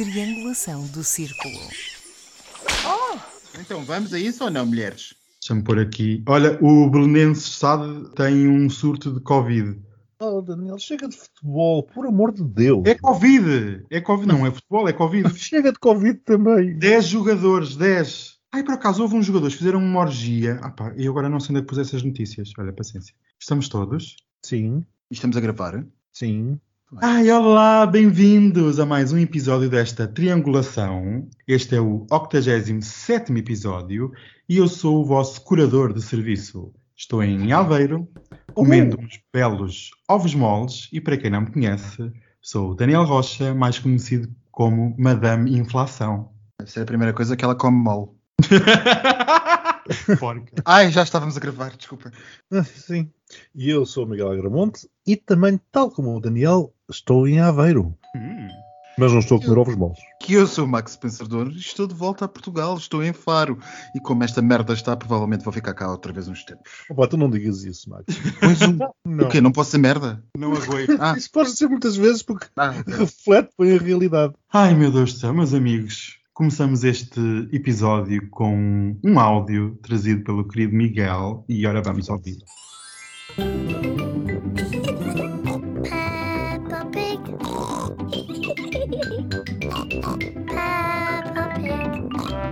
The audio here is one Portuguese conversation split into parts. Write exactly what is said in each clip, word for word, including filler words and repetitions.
triangulação do círculo. Oh, então vamos a isso ou não, mulheres? Deixa-me pôr aqui. Olha, o Belenenses Sade tem um surto de Covid. Oh, Daniel, chega de futebol, por amor de Deus. É Covid! É Covid, não é futebol, é Covid. Chega de Covid também. dez jogadores, dez. Ai, por acaso, houve uns jogadores que fizeram uma orgia. Ah pá, e agora não sei onde é que pus essas notícias. Olha, paciência. Estamos todos? Sim, Estamos a gravar? sim. Ai, olá, bem-vindos a mais um episódio desta triangulação. Este é o octogésimo sétimo episódio e eu sou o vosso curador de serviço. Estou em Aveiro, comendo uns belos ovos moles e, para quem não me conhece, sou o Daniel Rocha, mais conhecido como Madame Inflação. Deve ser a primeira coisa que ela come mole. Porca. Ai, já estávamos a gravar, desculpa. Ah, sim. E eu sou o Miguel Agramonte e também, tal como o Daniel, estou em Aveiro. Hum. Mas não estou a comer ovos moles. Que eu sou o Max Pensador e estou de volta a Portugal, estou em Faro. E como esta merda está, provavelmente vou ficar cá outra vez uns tempos. Opa, tu não digas isso, Max. Pois o... Não. o quê? Não posso ser merda? Não aguento. Ah, Isso pode ser muitas vezes porque ah ok. reflete bem a realidade. Ai, meu Deus do céu, meus amigos. Começamos este episódio com um áudio trazido pelo querido Miguel e ora vamos ouvir. Peppa Pig. Peppa Pig.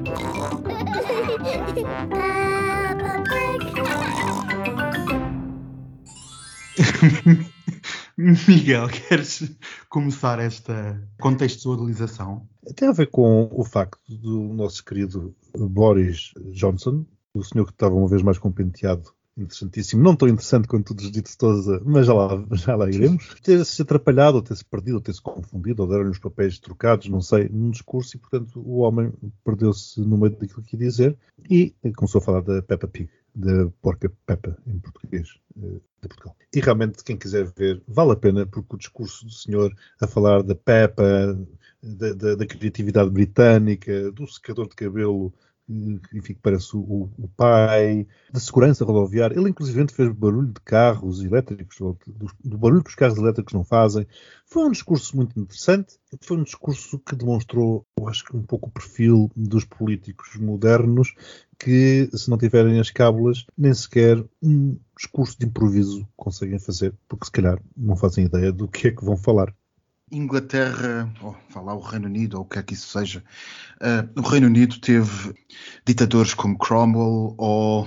Peppa Pig. Miguel, queres começar esta contextualização? Tem a ver com o facto do nosso querido Boris Johnson, o senhor que estava uma vez mais com um penteado interessantíssimo, não tão interessante quanto o dos Dito Sousa, mas já lá, já lá iremos, ter-se atrapalhado, ou ter-se perdido, ou ter-se confundido, ou deram-lhe os papéis trocados, não sei, num discurso, e portanto o homem perdeu-se no meio daquilo que ia dizer e começou a falar da Peppa Pig, da porca Peppa, em português, de Portugal. E realmente, quem quiser ver, vale a pena, porque o discurso do senhor a falar da Peppa, da, da, da criatividade britânica, do secador de cabelo, enfim, que parece o, o pai, da segurança rodoviária. Ele, inclusive, fez barulho de carros elétricos, do, do barulho que os carros elétricos não fazem. Foi um discurso muito interessante. Foi um discurso que demonstrou, eu acho que um pouco o perfil dos políticos modernos que, se não tiverem as cábulas, nem sequer um discurso de improviso conseguem fazer, porque se calhar não fazem ideia do que é que vão falar. Inglaterra, ou falar o Reino Unido, ou o que é que isso seja. Uh, o Reino Unido teve ditadores como Cromwell ou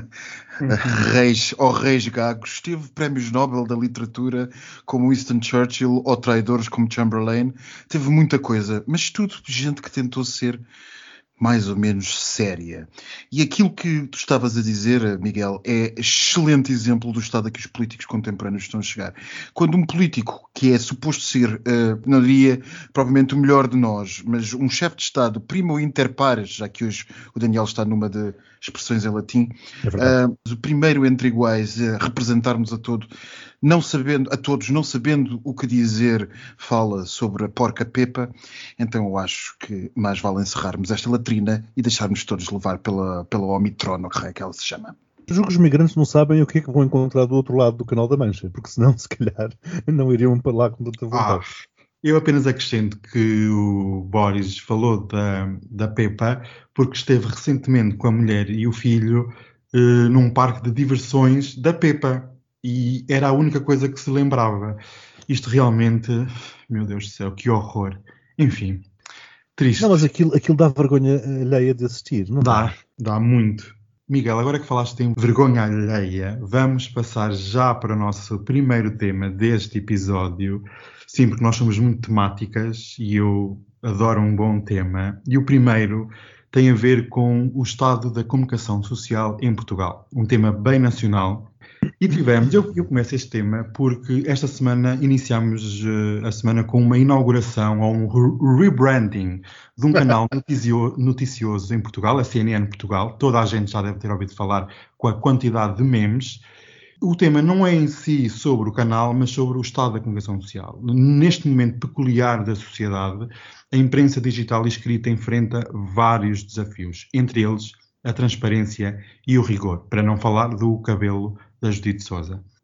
reis, ou reis gagos. Teve prémios Nobel da literatura como Winston Churchill ou traidores como Chamberlain. Teve muita coisa, mas tudo gente que tentou ser mais ou menos séria. E aquilo que tu estavas a dizer, Miguel, é excelente exemplo do estado a que os políticos contemporâneos estão a chegar. Quando um político, que é suposto ser, uh, não diria provavelmente o melhor de nós, mas um chefe de Estado, primo inter pares, já que hoje o Daniel está numa de expressões em latim, É uh, o primeiro entre iguais, a representarmos a todo, não sabendo, a todos, não sabendo o que dizer, fala sobre a porca Peppa. Então eu acho que mais vale encerrarmos esta latrina e deixarmos todos levar pela, pela Omicron, ou que é que ela se chama. Julgo que os migrantes não sabem o que é que vão encontrar do outro lado do Canal da Mancha, porque senão, se calhar, não iriam para lá com tanta vontade. Ah, eu apenas acrescento que o Boris falou da, da Peppa porque esteve recentemente com a mulher e o filho eh, num parque de diversões da Peppa e era a única coisa que se lembrava. Isto realmente, meu Deus do céu, que horror. Enfim, triste. Não, mas aquilo, aquilo dá vergonha alheia de assistir, não Dá, dá muito. Miguel, agora que falaste em vergonha alheia, vamos passar já para o nosso primeiro tema deste episódio. Sim, porque nós somos muito temáticas e eu adoro um bom tema. E o primeiro tem a ver com o estado da comunicação social em Portugal. Um tema bem nacional. E tivemos, eu, eu começo este tema porque esta semana iniciamos uh, a semana com uma inauguração ou um rebranding de um canal noticio, noticioso em Portugal, a C N N Portugal. Toda a gente já deve ter ouvido falar com a quantidade de memes. O tema não é em si sobre o canal, mas sobre o estado da comunicação social. Neste momento peculiar da sociedade, a imprensa digital e escrita enfrenta vários desafios, entre eles a transparência e o rigor, para não falar do cabelo da Judite Sousa.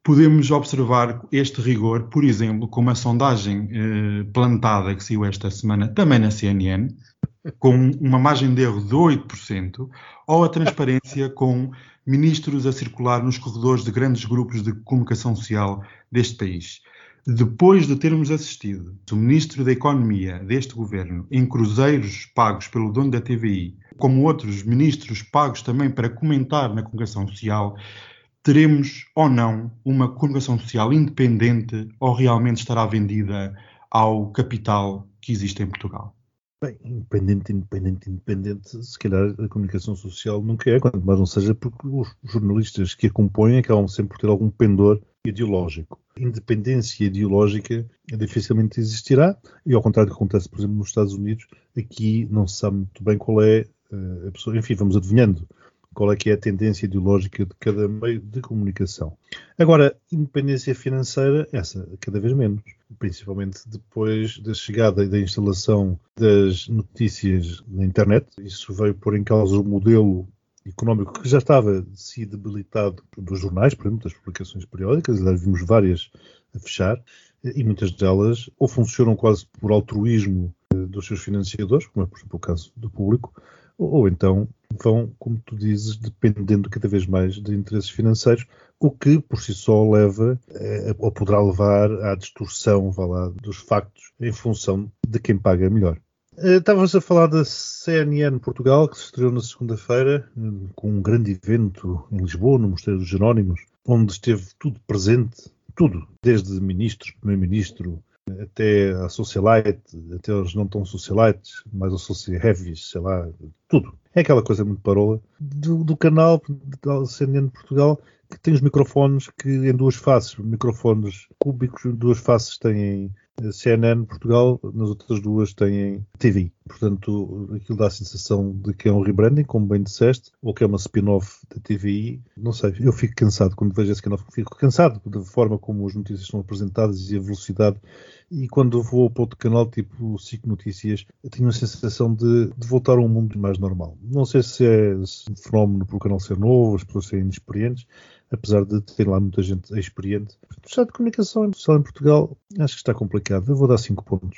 podemos observar este rigor, por exemplo, com uma sondagem eh, plantada que saiu esta semana também na C N N, com uma margem de erro de oito por cento, ou a transparência com ministros a circular nos corredores de grandes grupos de comunicação social deste país. Depois de termos assistido o Ministro da Economia deste governo em cruzeiros pagos pelo dono da T V I, como outros ministros pagos também para comentar na comunicação social, teremos ou não uma comunicação social independente ou realmente estará vendida ao capital que existe em Portugal? Bem, independente, independente, independente, se calhar a comunicação social nunca é, quanto mais não seja porque os jornalistas que a compõem acabam sempre por ter algum pendor ideológico. Independência ideológica dificilmente existirá e, ao contrário do que acontece, por exemplo, nos Estados Unidos, aqui não se sabe muito bem qual é uh, a pessoa, enfim, vamos adivinhando qual é que é a tendência ideológica de cada meio de comunicação. Agora, independência financeira, essa cada vez menos, principalmente depois da chegada e da instalação das notícias na internet. Isso veio pôr em causa o modelo económico que já estava de si debilitado dos jornais, por exemplo, das publicações periódicas, já vimos várias a fechar, e muitas delas ou funcionam quase por altruísmo dos seus financiadores, como é, por exemplo, o caso do Público, ou então vão, como tu dizes, dependendo cada vez mais de interesses financeiros, o que por si só leva, eh, ou poderá levar à distorção, vá lá, dos factos em função de quem paga melhor. Uh, Estavas a falar da C N N Portugal, que se estreou na segunda-feira, um, com um grande evento em Lisboa, no Mosteiro dos Jerónimos, onde esteve tudo presente, tudo, desde ministros, primeiro-ministro, até a socialite, até os não tão socialites, mais os socia-heavies, sei lá, tudo. É aquela coisa muito parola do, do canal da C N N Portugal, que tem os microfones que em duas faces, microfones cúbicos, em duas faces têm C N N Portugal, nas outras duas têm T V. Portanto, aquilo dá a sensação de que é um rebranding, como bem disseste, ou que é uma spin-off da T V I. Não sei, eu fico cansado quando vejo esse canal, fico cansado da forma como as notícias são apresentadas e a velocidade. E quando vou para outro canal, tipo SIC Notícias, eu tenho a sensação de, de voltar a um mundo mais normal. Não sei se é um fenómeno por o canal ser novo, as pessoas serem inexperientes, apesar de ter lá muita gente experiente. O estado de comunicação industrial em Portugal, acho que está complicado. Eu vou dar cinco pontos.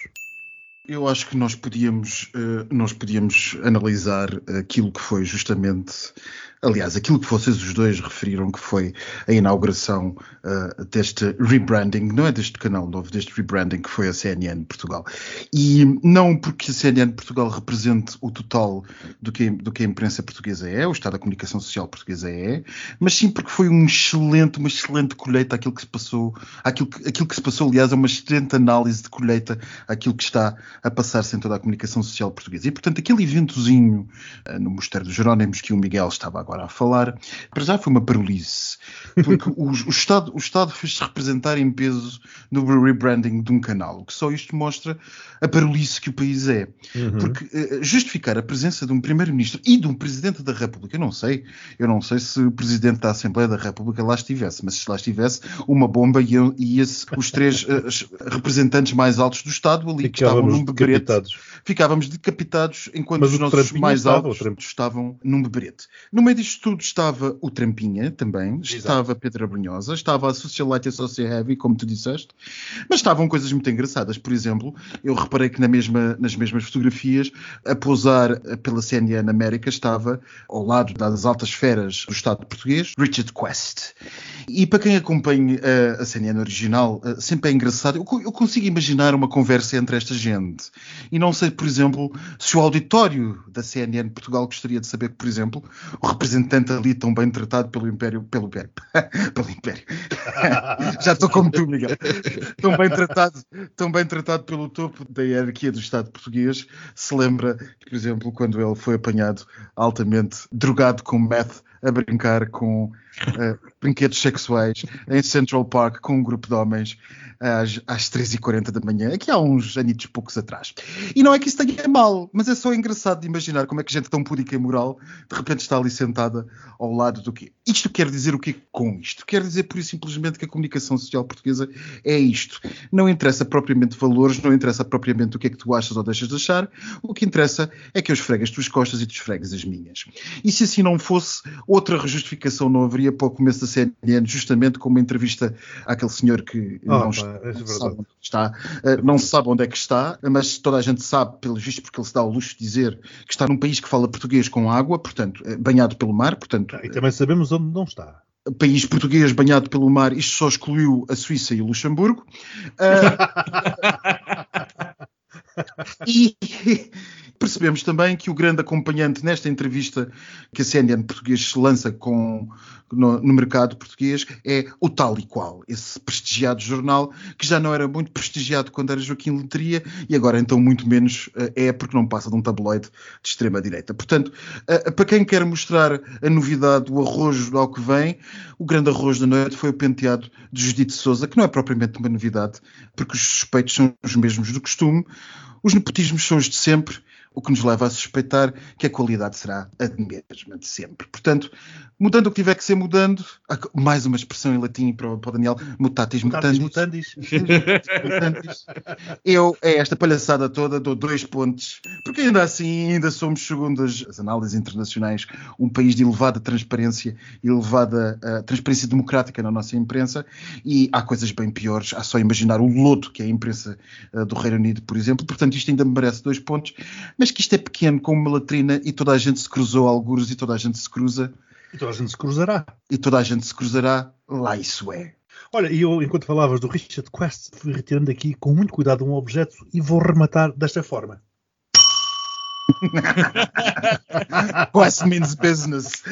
Eu acho que nós podíamos, uh, nós podíamos analisar aquilo que foi justamente, aliás, aquilo que vocês os dois referiram, que foi a inauguração uh, deste rebranding, não é deste canal novo, deste rebranding que foi a C N N Portugal. E não porque a C N N Portugal represente o total do que, do que a imprensa portuguesa é, o estado da comunicação social portuguesa é, mas sim porque foi um excelente, uma excelente colheita àquilo que se passou, àquilo que, aquilo que se passou, aliás, é uma excelente análise de colheita àquilo que está a passar-se em toda a comunicação social portuguesa. E, portanto, aquele eventozinho uh, no Mosteiro dos Jerónimos que o Miguel estava agora a falar, para já foi uma parolice, porque o, o Estado, o Estado fez-se representar em peso no rebranding de um canal, o que só isto mostra a parolice que o país é. Uhum. Porque uh, justificar a presença de um Primeiro-Ministro e de um Presidente da República, eu não sei, eu não sei se o Presidente da Assembleia da República lá estivesse, mas se lá estivesse, uma bomba ia, ia-se os três uh, representantes mais altos do Estado ali, que estavam num beberete. Ficávamos decapitados enquanto mas os nossos mais altos estavam num beberete. No meio disto tudo estava o Trampinha também, exato. Estava a Pedro Abrunhosa, estava a Socialite e a Socia-Heavy, como tu disseste, mas estavam coisas muito engraçadas. Por exemplo, eu reparei que na mesma, nas mesmas fotografias, a pousar pela C N N América estava, ao lado das altas esferas do Estado português, Richard Quest. E para quem acompanha a, a C N N original, sempre é engraçado. Eu, eu consigo imaginar uma conversa entre esta gente. E não sei, por exemplo, se o auditório da C N N Portugal gostaria de saber que, por exemplo, o representante ali tão bem tratado pelo Império, pelo Império, pelo Império, já estou como tu, Miguel, tão bem tratado, tão bem tratado pelo topo da hierarquia do Estado português, se lembra, por exemplo, quando ele foi apanhado altamente drogado com meth, a brincar com uh, brinquedos sexuais em Central Park com um grupo de homens às, às três e quarenta da manhã, aqui há uns anitos poucos atrás. E não é que isso tenha mal, mas é só engraçado de imaginar como é que gente tão púdica e moral de repente está ali sentada ao lado do quê? Isto quer dizer o quê com isto? Quer dizer, por isso, simplesmente que a comunicação social portuguesa é isto. Não interessa propriamente valores, não interessa propriamente o que é que tu achas ou deixas de achar, o que interessa é que eu esfrego as tuas costas e tu esfregues as minhas. E se assim não fosse, outra justificação não haveria para o começo da C N N, justamente com uma entrevista àquele senhor que Ah, não, pá, é não verdade. sabe onde está, uh, não se sabe onde é que está, mas toda a gente sabe, pelo visto, porque ele se dá ao luxo de dizer que está num país que fala português com água, portanto, uh, banhado pelo mar, portanto... E também sabemos onde não está. País português banhado pelo mar, isto só excluiu a Suíça e o Luxemburgo. Uh, e percebemos também que o grande acompanhante nesta entrevista que a C N N português se lança com, no, no mercado português é o Tal e Qual, esse prestigiado jornal que já não era muito prestigiado quando era Joaquim Letria e agora então muito menos uh, é porque não passa de um tabloide de extrema-direita. Portanto, uh, para quem quer mostrar a novidade, o arrojo ao que vem, o grande arrojo da noite foi o penteado de Judite Sousa, que não é propriamente uma novidade, porque os suspeitos são os mesmos do costume, os nepotismos são os de sempre, o que nos leva a suspeitar que a qualidade será a mesma de sempre. Portanto, mudando o que tiver que ser mudando, mais uma expressão em latim para o, para o Daniel, mutatis mutandis. Mutandis. mutandis. Eu, é esta palhaçada toda, dou dois pontos, porque ainda assim, ainda somos, segundo as, as análises internacionais, um país de elevada transparência, elevada uh, transparência democrática na nossa imprensa, e há coisas bem piores, há só imaginar o lodo que é a imprensa uh, do Reino Unido, por exemplo. Portanto, isto ainda me merece dois pontos, mas que isto é pequeno como uma latrina e toda a gente se cruzou a algures e toda a gente se cruza. E toda a gente se cruzará. E toda a gente se cruzará, lá isso é. Olha, e eu, enquanto falavas do Richard Quest, fui retirando aqui com muito cuidado um objeto e vou rematar desta forma. Quest means business.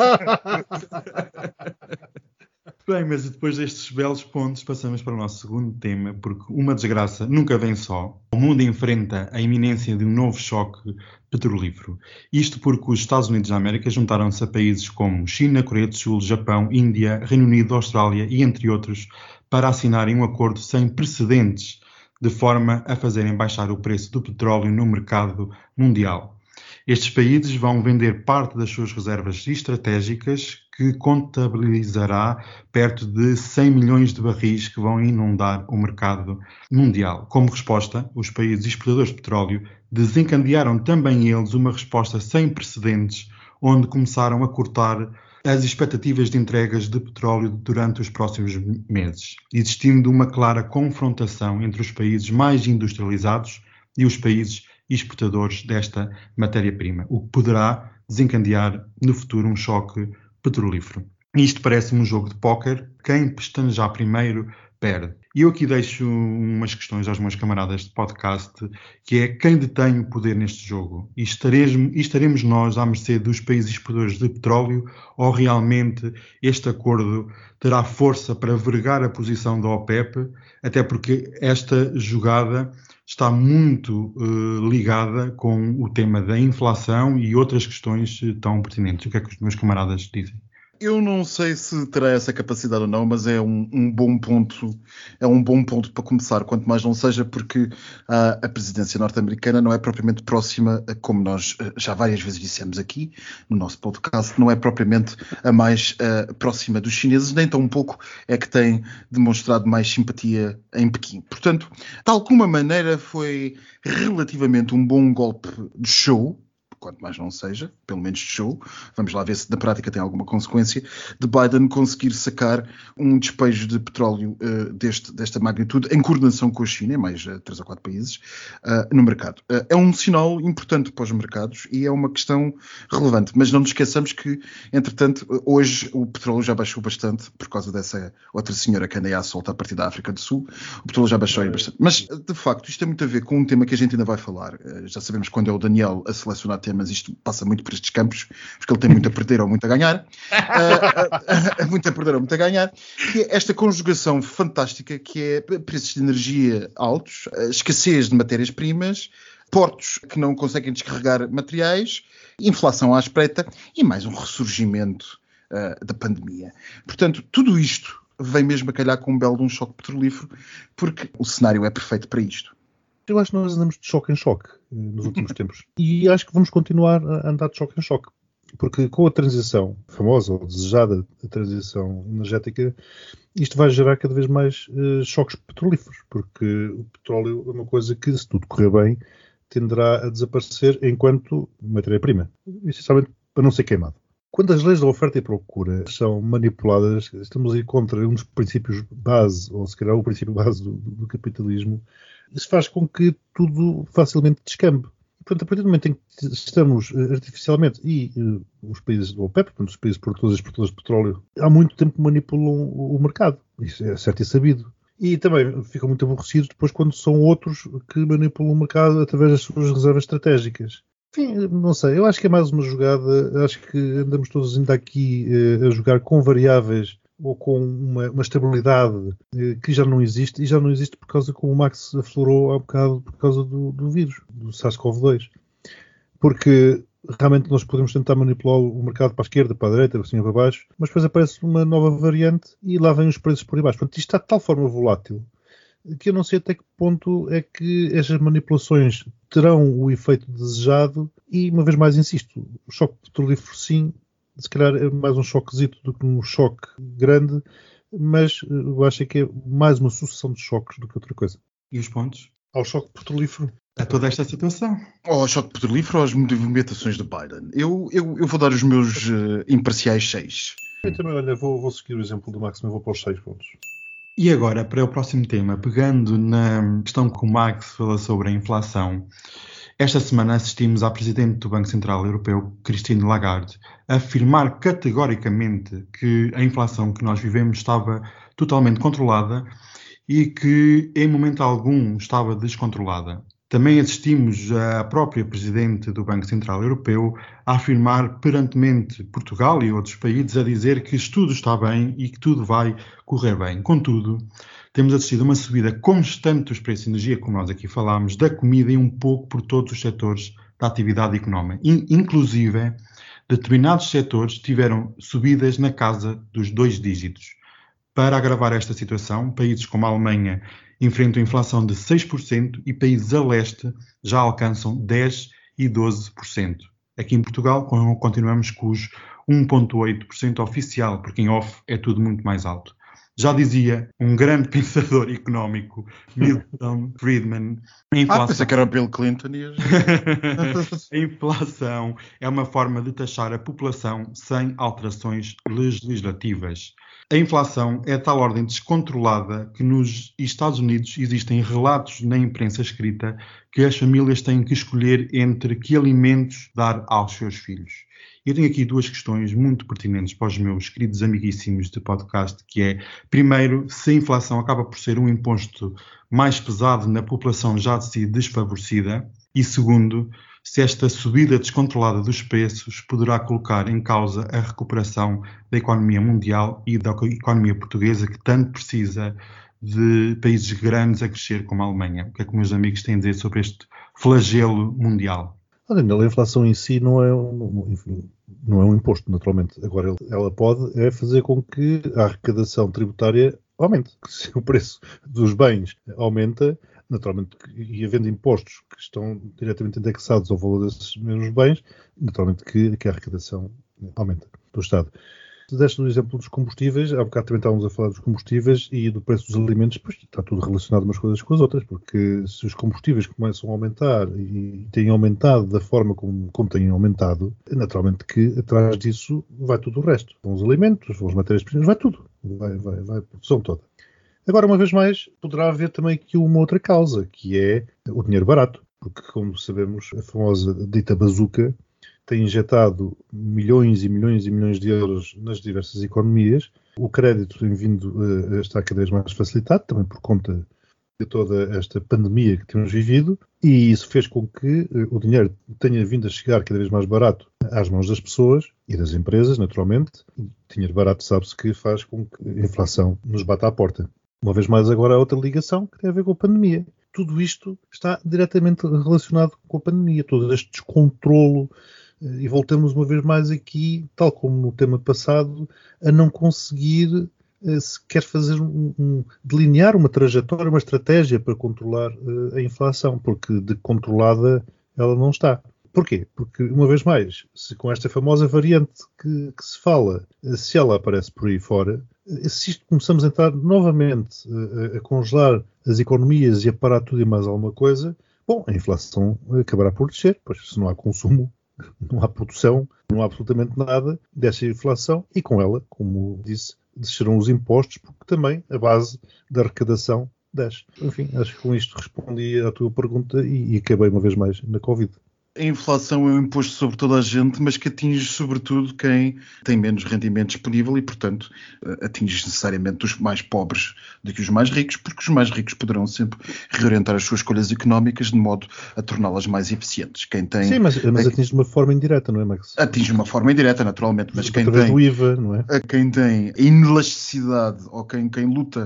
Bem, mas depois destes belos pontos passamos para o nosso segundo tema, porque uma desgraça nunca vem só. O mundo enfrenta a iminência de um novo choque petrolífero. Isto porque os Estados Unidos da América juntaram-se a países como China, Coreia do Sul, Japão, Índia, Reino Unido, Austrália e entre outros para assinarem um acordo sem precedentes de forma a fazerem baixar o preço do petróleo no mercado mundial. Estes países vão vender parte das suas reservas estratégicas, que contabilizará perto de cem milhões de barris que vão inundar o mercado mundial. Como resposta, os países exportadores de petróleo desencadearam também eles uma resposta sem precedentes, onde começaram a cortar as expectativas de entregas de petróleo durante os próximos meses, existindo uma clara confrontação entre os países mais industrializados e os países exportadores desta matéria-prima, o que poderá desencadear no futuro um choque petrolífero. Isto parece-me um jogo de póquer. Quem pestanejar primeiro perde. E eu aqui deixo umas questões aos meus camaradas de podcast, que é quem detém o poder neste jogo? E estaremos, e estaremos nós à mercê dos países exportadores de petróleo ou realmente este acordo terá força para vergar a posição da OPEP, até porque esta jogada está muito uh, ligada com o tema da inflação e outras questões uh, tão pertinentes. O que é que os meus camaradas dizem? Eu não sei se terá essa capacidade ou não, mas é um, um bom ponto, é um bom ponto para começar, quanto mais não seja porque uh, a presidência norte-americana não é propriamente próxima, como nós uh, já várias vezes dissemos aqui no nosso podcast, não é propriamente a mais uh, próxima dos chineses, nem tão um pouco é que tem demonstrado mais simpatia em Pequim. Portanto, de alguma maneira foi relativamente um bom golpe de show, quanto mais não seja, pelo menos de show. Vamos lá ver se na prática tem alguma consequência de Biden conseguir sacar um despejo de petróleo uh, deste, desta magnitude em coordenação com a China, mais uh, três ou quatro países, uh, no mercado. Uh, é um sinal importante para os mercados e é uma questão relevante, mas não nos esqueçamos que, entretanto, hoje o petróleo já baixou bastante por causa dessa outra senhora que anda aí à solta a partir da África do Sul. O petróleo já baixou aí bastante. Mas, de facto, isto tem muito a ver com um tema que a gente ainda vai falar. Uh, já sabemos quando é o Daniel a selecionar temas, mas isto passa muito por estes campos, porque ele tem muito a perder ou muito a ganhar, uh, uh, uh, muito a perder ou muito a ganhar, que é esta conjugação fantástica que é preços de energia altos, uh, escassez de matérias-primas, portos que não conseguem descarregar materiais, inflação à espreita e mais um ressurgimento uh, da pandemia. Portanto, tudo isto vem mesmo a calhar com um belo de um choque petrolífero, porque o cenário é perfeito para isto. Eu acho que nós andamos de choque em choque nos últimos tempos. E acho que vamos continuar a andar de choque em choque. Porque com a transição famosa ou desejada a transição energética, isto vai gerar cada vez mais uh, choques petrolíferos. Porque o petróleo é uma coisa que, se tudo correr bem, tenderá a desaparecer enquanto matéria-prima. Essencialmente para não ser queimado. Quando as leis da oferta e procura são manipuladas, estamos aí contra um dos princípios base, ou se calhar o princípio base do, do capitalismo. Isso faz com que tudo facilmente descambe. Portanto, a partir do momento em que estamos artificialmente, e uh, os países do OPEP, portanto, os países produtores e exportadores de petróleo, há muito tempo manipulam o, o mercado. Isso é certo e sabido. E também ficam muito aborrecidos depois quando são outros que manipulam o mercado através das suas reservas estratégicas. Enfim, não sei, eu acho que é mais uma jogada, acho que andamos todos ainda aqui uh, a jogar com variáveis ou com uma, uma estabilidade uh, que já não existe, e já não existe por causa, como o Max aflorou há um bocado, por causa do, do vírus, do SARS-CoV dois. Porque realmente nós podemos tentar manipular o mercado para a esquerda, para a direita, para cima, para baixo, mas depois aparece uma nova variante e lá vêm os preços por aí baixo. Portanto, isto está de tal forma volátil que eu não sei até que ponto é que estas manipulações terão o efeito desejado. E, uma vez mais, insisto, o choque petrolífero, sim, se calhar é mais um choquezito do que um choque grande, mas eu acho que é mais uma sucessão de choques do que outra coisa. E os pontos? Ao choque petrolífero. A toda esta situação. Ao choque petrolífero ou às movimentações de Biden? Eu, eu, eu vou dar os meus uh, imparciais seis. Eu também, olha, vou, vou seguir o exemplo do Max, mas vou para os seis pontos. E agora, para o próximo tema, pegando na questão que o Max fala sobre a inflação, esta semana assistimos à Presidente do Banco Central Europeu, Christine Lagarde, a afirmar categoricamente que a inflação que nós vivemos estava totalmente controlada e que, em momento algum, estava descontrolada. Também assistimos à própria Presidente do Banco Central Europeu a afirmar perantemente Portugal e outros países, a dizer que tudo está bem e que tudo vai correr bem. Contudo, temos assistido a uma subida constante dos preços de energia, como nós aqui falámos, da comida e um pouco por todos os setores da atividade económica. Inclusive, determinados setores tiveram subidas na casa dos dois dígitos. Para agravar esta situação, países como a Alemanha enfrentam inflação de seis por cento e países a leste já alcançam dez por cento e doze por cento. Aqui em Portugal continuamos com os um vírgula oito por cento oficial, porque em off é tudo muito mais alto. Já dizia um grande pensador económico, Milton Friedman, a inflação... Ah, pensei que era o Bill Clinton e as... A inflação é uma forma de taxar a população sem alterações legislativas. A inflação é de tal ordem descontrolada que nos Estados Unidos existem relatos na imprensa escrita que as famílias têm que escolher entre que alimentos dar aos seus filhos. Eu tenho aqui duas questões muito pertinentes para os meus queridos amiguíssimos de podcast, que é, primeiro, se a inflação acaba por ser um imposto mais pesado na população já de si desfavorecida, e segundo, se esta subida descontrolada dos preços poderá colocar em causa a recuperação da economia mundial e da economia portuguesa, que tanto precisa de países grandes a crescer como a Alemanha. O que é que meus amigos têm a dizer sobre este flagelo mundial? A inflação em si não é, um, enfim, não é um imposto, naturalmente. Agora, ela pode é fazer com que a arrecadação tributária aumente. Se o preço dos bens aumenta, naturalmente, e havendo impostos que estão diretamente indexados ao valor desses mesmos bens, naturalmente que, que a arrecadação aumenta do Estado. Deste o exemplo dos combustíveis, há bocado também estávamos a falar dos combustíveis e do preço dos alimentos, pois está tudo relacionado umas coisas com as outras, porque se os combustíveis começam a aumentar e têm aumentado da forma como, como têm aumentado, naturalmente que atrás disso vai tudo o resto. Vão os alimentos, vão as matérias-primas, vai tudo, vai, vai, vai a produção toda. Agora, uma vez mais, poderá haver também aqui uma outra causa, que é o dinheiro barato, porque, como sabemos, a famosa dita bazuca tem injetado milhões e milhões e milhões de euros nas diversas economias. O crédito tem vindo a estar cada vez mais facilitado, também por conta de toda esta pandemia que temos vivido, e isso fez com que o dinheiro tenha vindo a chegar cada vez mais barato às mãos das pessoas e das empresas, naturalmente. O dinheiro barato sabe-se que faz com que a inflação nos bata à porta. Uma vez mais, agora há outra ligação que tem a ver com a pandemia. Tudo isto está diretamente relacionado com a pandemia, todo este descontrolo. E voltamos uma vez mais aqui, tal como no tema passado, a não conseguir uh, sequer fazer um, um, delinear uma trajetória, uma estratégia para controlar uh, a inflação, porque de controlada ela não está. Porquê? Porque, uma vez mais, se com esta famosa variante que, que se fala, uh, se ela aparece por aí fora, uh, se isto começamos a entrar novamente uh, a congelar as economias e a parar tudo e mais alguma coisa, bom, a inflação acabará por descer, pois se não há consumo, não há produção, não não há absolutamente nada dessa inflação e com ela, como disse, descerão os impostos, porque também a base da arrecadação desce. Enfim, acho que com isto respondi à tua pergunta e, e acabei uma vez mais na Covid. A inflação é um imposto sobre toda a gente, mas que atinge sobretudo quem tem menos rendimento disponível e, portanto, atinge necessariamente os mais pobres do que os mais ricos, porque os mais ricos poderão sempre reorientar as suas escolhas económicas de modo a torná-las mais eficientes. Quem tem, Sim, mas, mas atinge de uma forma indireta, não é, Max? Atinge de uma forma indireta, naturalmente, mas quem através tem, do I V A, não é? quem tem inelasticidade ou quem, quem luta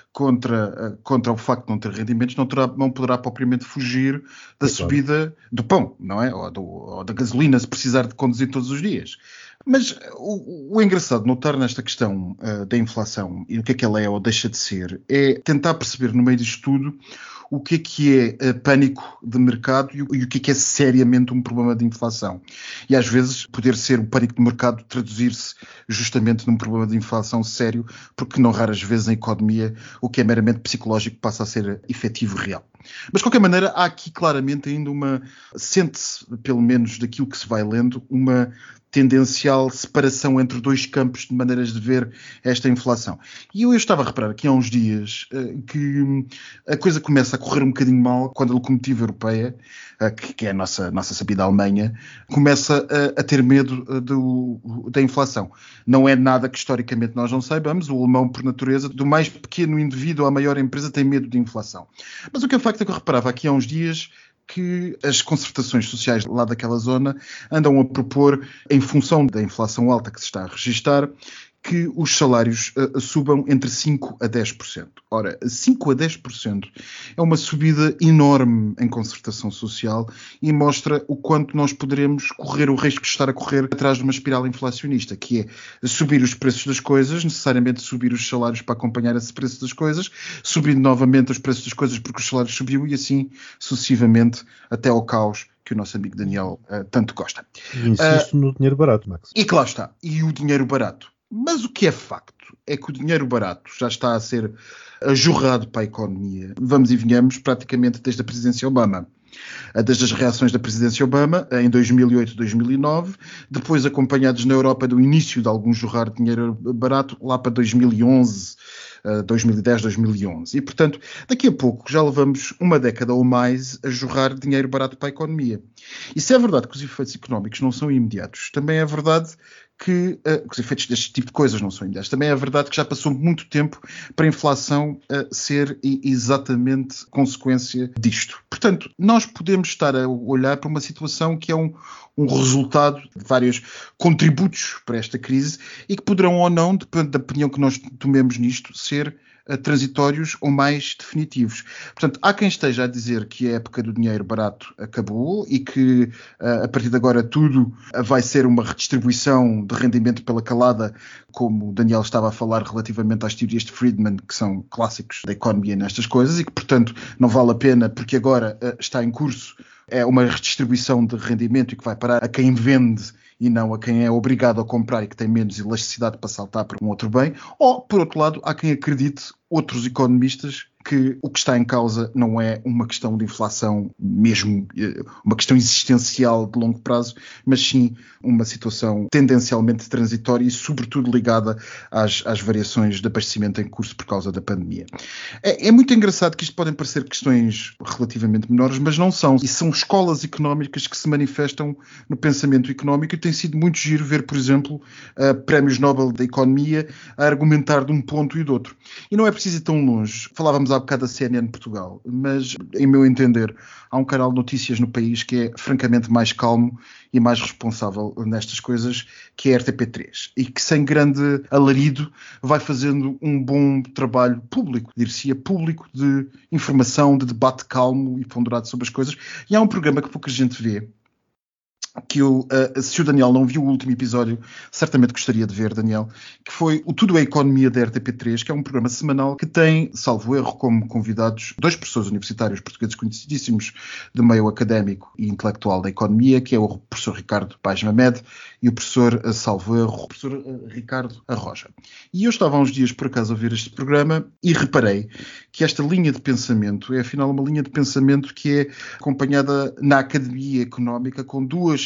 Contra, contra o facto de não ter rendimentos, não, terá, não poderá propriamente fugir da é subida claro. do pão, não é? Ou, do, ou da gasolina, se precisar de conduzir todos os dias. Mas o, o engraçado de notar nesta questão uh, da inflação e o que é que ela é ou deixa de ser, é tentar perceber no meio disto tudo o que é que é uh, pânico de mercado e o, e o que é que é seriamente um problema de inflação. E às vezes poder ser o pânico de mercado traduzir-se justamente num problema de inflação sério, porque não raras vezes em economia o que é meramente psicológico passa a ser efetivo e real. Mas, de qualquer maneira, há aqui claramente ainda uma, sente-se, pelo menos daquilo que se vai lendo, uma tendencial separação entre dois campos de maneiras de ver esta inflação. E eu, eu estava a reparar aqui há uns dias uh, que a coisa começa a correr um bocadinho mal quando a locomotiva europeia, uh, que, que é a nossa, nossa sabida Alemanha, começa a, a ter medo uh, do, da inflação. Não é nada que historicamente nós não saibamos, o alemão, por natureza, do mais pequeno indivíduo à maior empresa, tem medo de inflação. Mas o que é facto é que eu reparava aqui há uns dias que as concertações sociais lá daquela zona andam a propor, em função da inflação alta que se está a registar, que os salários uh, subam entre cinco a dez por cento. Ora, cinco a dez por cento é uma subida enorme em concertação social e mostra o quanto nós poderemos correr o risco de estar a correr atrás de uma espiral inflacionista, que é subir os preços das coisas, necessariamente subir os salários para acompanhar esse preço das coisas, subindo novamente os preços das coisas porque os salários subiu e assim sucessivamente até ao caos que o nosso amigo Daniel uh, tanto gosta. E insisto uh, no dinheiro barato, Max. E que lá está. E o dinheiro barato. Mas o que é facto é que o dinheiro barato já está a ser jorrado para a economia. Vamos e venhamos praticamente desde a presidência Obama. Desde as reações da presidência Obama em dois mil e oito, dois mil e nove, depois acompanhados na Europa do início de algum jorrar de dinheiro barato lá para dois mil e onze, dois mil e dez, dois mil e onze. E, portanto, daqui a pouco já levamos uma década ou mais a jorrar dinheiro barato para a economia. E se é verdade que os efeitos económicos não são imediatos, também é verdade que uh, os efeitos deste tipo de coisas não são imediatos. Também é verdade que já passou muito tempo para a inflação uh, ser e, exatamente consequência disto. Portanto, nós podemos estar a olhar para uma situação que é um, um resultado de vários contributos para esta crise e que poderão ou não, depende da opinião que nós tomemos nisto, ser uh, transitórios ou mais definitivos. Portanto, há quem esteja a dizer que a época do dinheiro barato acabou e que uh, a partir de agora tudo uh, vai ser uma redistribuição de rendimento pela calada, como o Daniel estava a falar relativamente às teorias de Friedman, que são clássicos da economia nestas coisas e que, portanto, não vale a pena porque agora uh, está em curso é uma redistribuição de rendimento e que vai parar a quem vende e não a quem é obrigado a comprar e que tem menos elasticidade para saltar para um outro bem. Ou, por outro lado, há quem acredite, outros economistas, que o que está em causa não é uma questão de inflação mesmo, uma questão existencial de longo prazo, mas sim uma situação tendencialmente transitória e sobretudo ligada às, às variações de abastecimento em curso por causa da pandemia. É, é muito engraçado que isto podem parecer questões relativamente menores, mas não são. E são escolas económicas que se manifestam no pensamento económico e tem sido muito giro ver, por exemplo, uh, prémios Nobel da Economia a argumentar de um ponto e do outro. E não é preciso ir tão longe. Falávamos há bocado da C N N Portugal, mas, em meu entender, há um canal de notícias no país que é francamente mais calmo e mais responsável nestas coisas, que é a R T P três, e que sem grande alarido vai fazendo um bom trabalho público, dir-se-ia público, de informação, de debate calmo e ponderado sobre as coisas. E há um programa que pouca gente vê, que eu, uh, se o Daniel não viu o último episódio, certamente gostaria de ver, Daniel, que foi o Tudo é Economia da R T P três, que é um programa semanal que tem, salvo erro, como convidados dois professores universitários portugueses conhecidíssimos do meio académico e intelectual da economia, que é o professor Ricardo Paes Mamed e o professor, uh, salvo erro, o professor uh, Ricardo Arroja. E eu estava há uns dias, por acaso, a ver este programa e reparei que esta linha de pensamento é, afinal, uma linha de pensamento que é acompanhada na academia económica com duas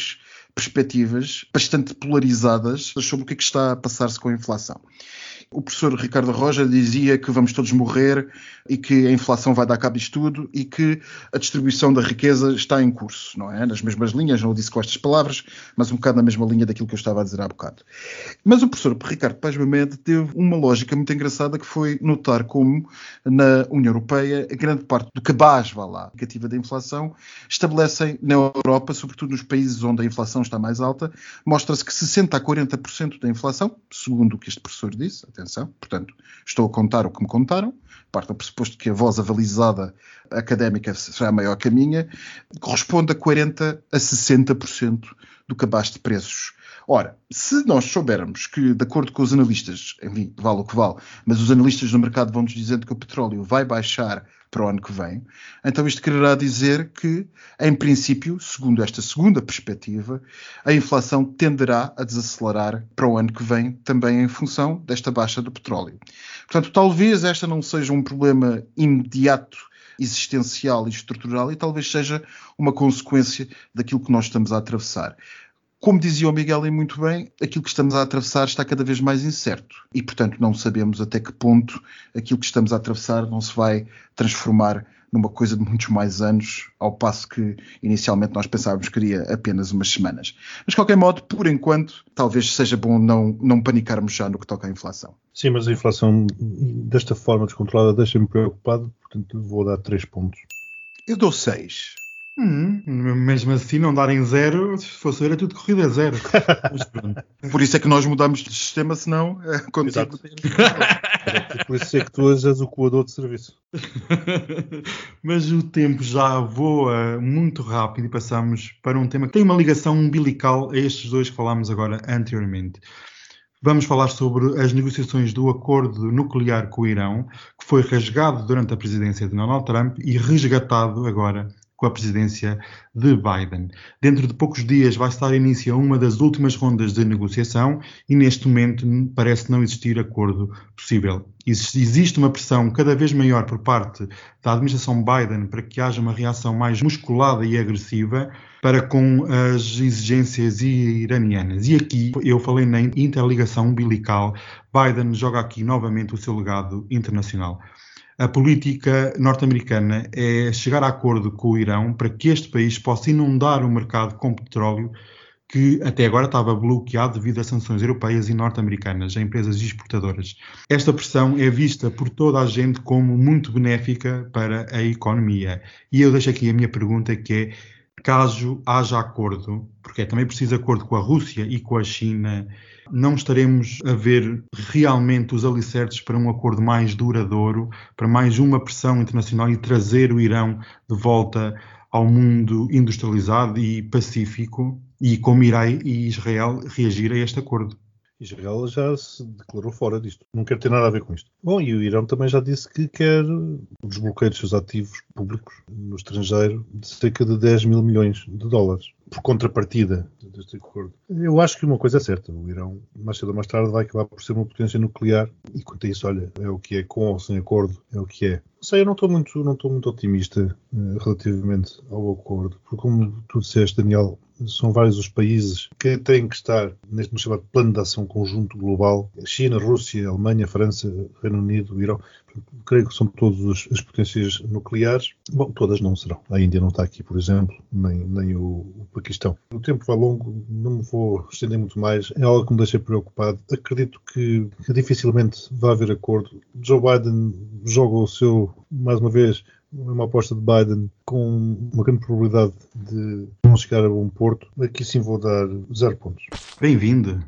perspectivas bastante polarizadas sobre o que é que está a passar-se com a inflação. O professor Ricardo Roja dizia que vamos todos morrer e que a inflação vai dar cabo disto tudo e que a distribuição da riqueza está em curso, não é? Nas mesmas linhas, não o disse com estas palavras, mas um bocado na mesma linha daquilo que eu estava a dizer há bocado. Mas o professor Ricardo Paes Mamed teve uma lógica muito engraçada que foi notar como na União Europeia a grande parte do cabaz, vá lá, negativa da inflação, estabelecem na Europa, sobretudo nos países onde a inflação está mais alta, mostra-se que sessenta a quarenta por cento da inflação, segundo o que este professor disse, atenção, portanto, estou a contar o que me contaram, parte do pressuposto que a voz avalizada académica será maior que a minha, corresponde a quarenta a sessenta por cento do cabaz de preços. Ora, se nós soubermos que, de acordo com os analistas, enfim, vale o que vale, mas os analistas no mercado vão-nos dizendo que o petróleo vai baixar para o ano que vem, então isto quererá dizer que, em princípio, segundo esta segunda perspectiva, a inflação tenderá a desacelerar para o ano que vem, também em função desta baixa do petróleo. Portanto, talvez esta não seja um problema imediato, existencial e estrutural, e talvez seja uma consequência daquilo que nós estamos a atravessar. Como dizia o Miguel e muito bem, aquilo que estamos a atravessar está cada vez mais incerto e, portanto, não sabemos até que ponto aquilo que estamos a atravessar não se vai transformar numa coisa de muitos mais anos, ao passo que inicialmente nós pensávamos que iria apenas umas semanas. Mas, de qualquer modo, por enquanto, talvez seja bom não, não panicarmos já no que toca à inflação. Sim, mas a inflação desta forma descontrolada deixa-me preocupado, portanto vou dar três pontos. Eu dou seis. Hum, mesmo assim, não darem zero, se fosse era tudo corrida a zero. Mas pronto. Por isso é que nós mudamos de sistema, senão é contigo. Por isso é que tu és o coador de serviço. Mas o tempo já voa muito rápido e passamos para um tema que tem uma ligação umbilical a estes dois que falámos agora anteriormente. Vamos falar sobre as negociações do acordo nuclear com o Irão, que foi rasgado durante a presidência de Donald Trump e resgatado agora com a presidência de Biden. Dentro de poucos dias vai estar início a uma das últimas rondas de negociação e neste momento parece não existir acordo possível. Existe uma pressão cada vez maior por parte da administração Biden para que haja uma reação mais musculada e agressiva para com as exigências iranianas. E aqui eu falei na interligação umbilical, Biden joga aqui novamente o seu legado internacional. A política norte-americana é chegar a acordo com o Irão para que este país possa inundar o mercado com petróleo que até agora estava bloqueado devido a sanções europeias e norte-americanas a empresas exportadoras. Esta pressão é vista por toda a gente como muito benéfica para a economia. E eu deixo aqui a minha pergunta, que é, caso haja acordo, porque é também preciso acordo com a Rússia e com a China, não estaremos a ver realmente os alicerces para um acordo mais duradouro, para mais uma pressão internacional e trazer o Irão de volta ao mundo industrializado e pacífico, e como irá e Israel reagir a este acordo? Israel já se declarou fora disto. Não quer ter nada a ver com isto. Bom, e o Irão também já disse que quer o desbloqueio dos seus ativos públicos no estrangeiro de cerca de dez mil milhões de dólares, por contrapartida deste acordo. Eu acho que uma coisa é certa. O Irão, mais cedo ou mais tarde, vai acabar por ser uma potência nuclear. E quanto a isso, olha, é o que é, com ou sem acordo, é o que é. Não sei, eu não estou muito, não estou muito otimista uh, relativamente ao acordo. Porque, como tu disseste, Daniel, são vários os países que têm que estar neste chamado plano de ação conjunto global. China, Rússia, Alemanha, França, Reino Unido, Irão. Creio que são todas as potências nucleares. Bom, todas não serão. A Índia não está aqui, por exemplo, nem, nem o, o Paquistão. O tempo vai longo, não me vou estender muito mais. É algo que me deixa preocupado. Acredito que, que dificilmente vai haver acordo. Joe Biden joga o seu, mais uma vez, uma aposta de Biden com uma grande probabilidade de não chegar a bom porto. Aqui sim vou dar zero pontos. Bem-vindo,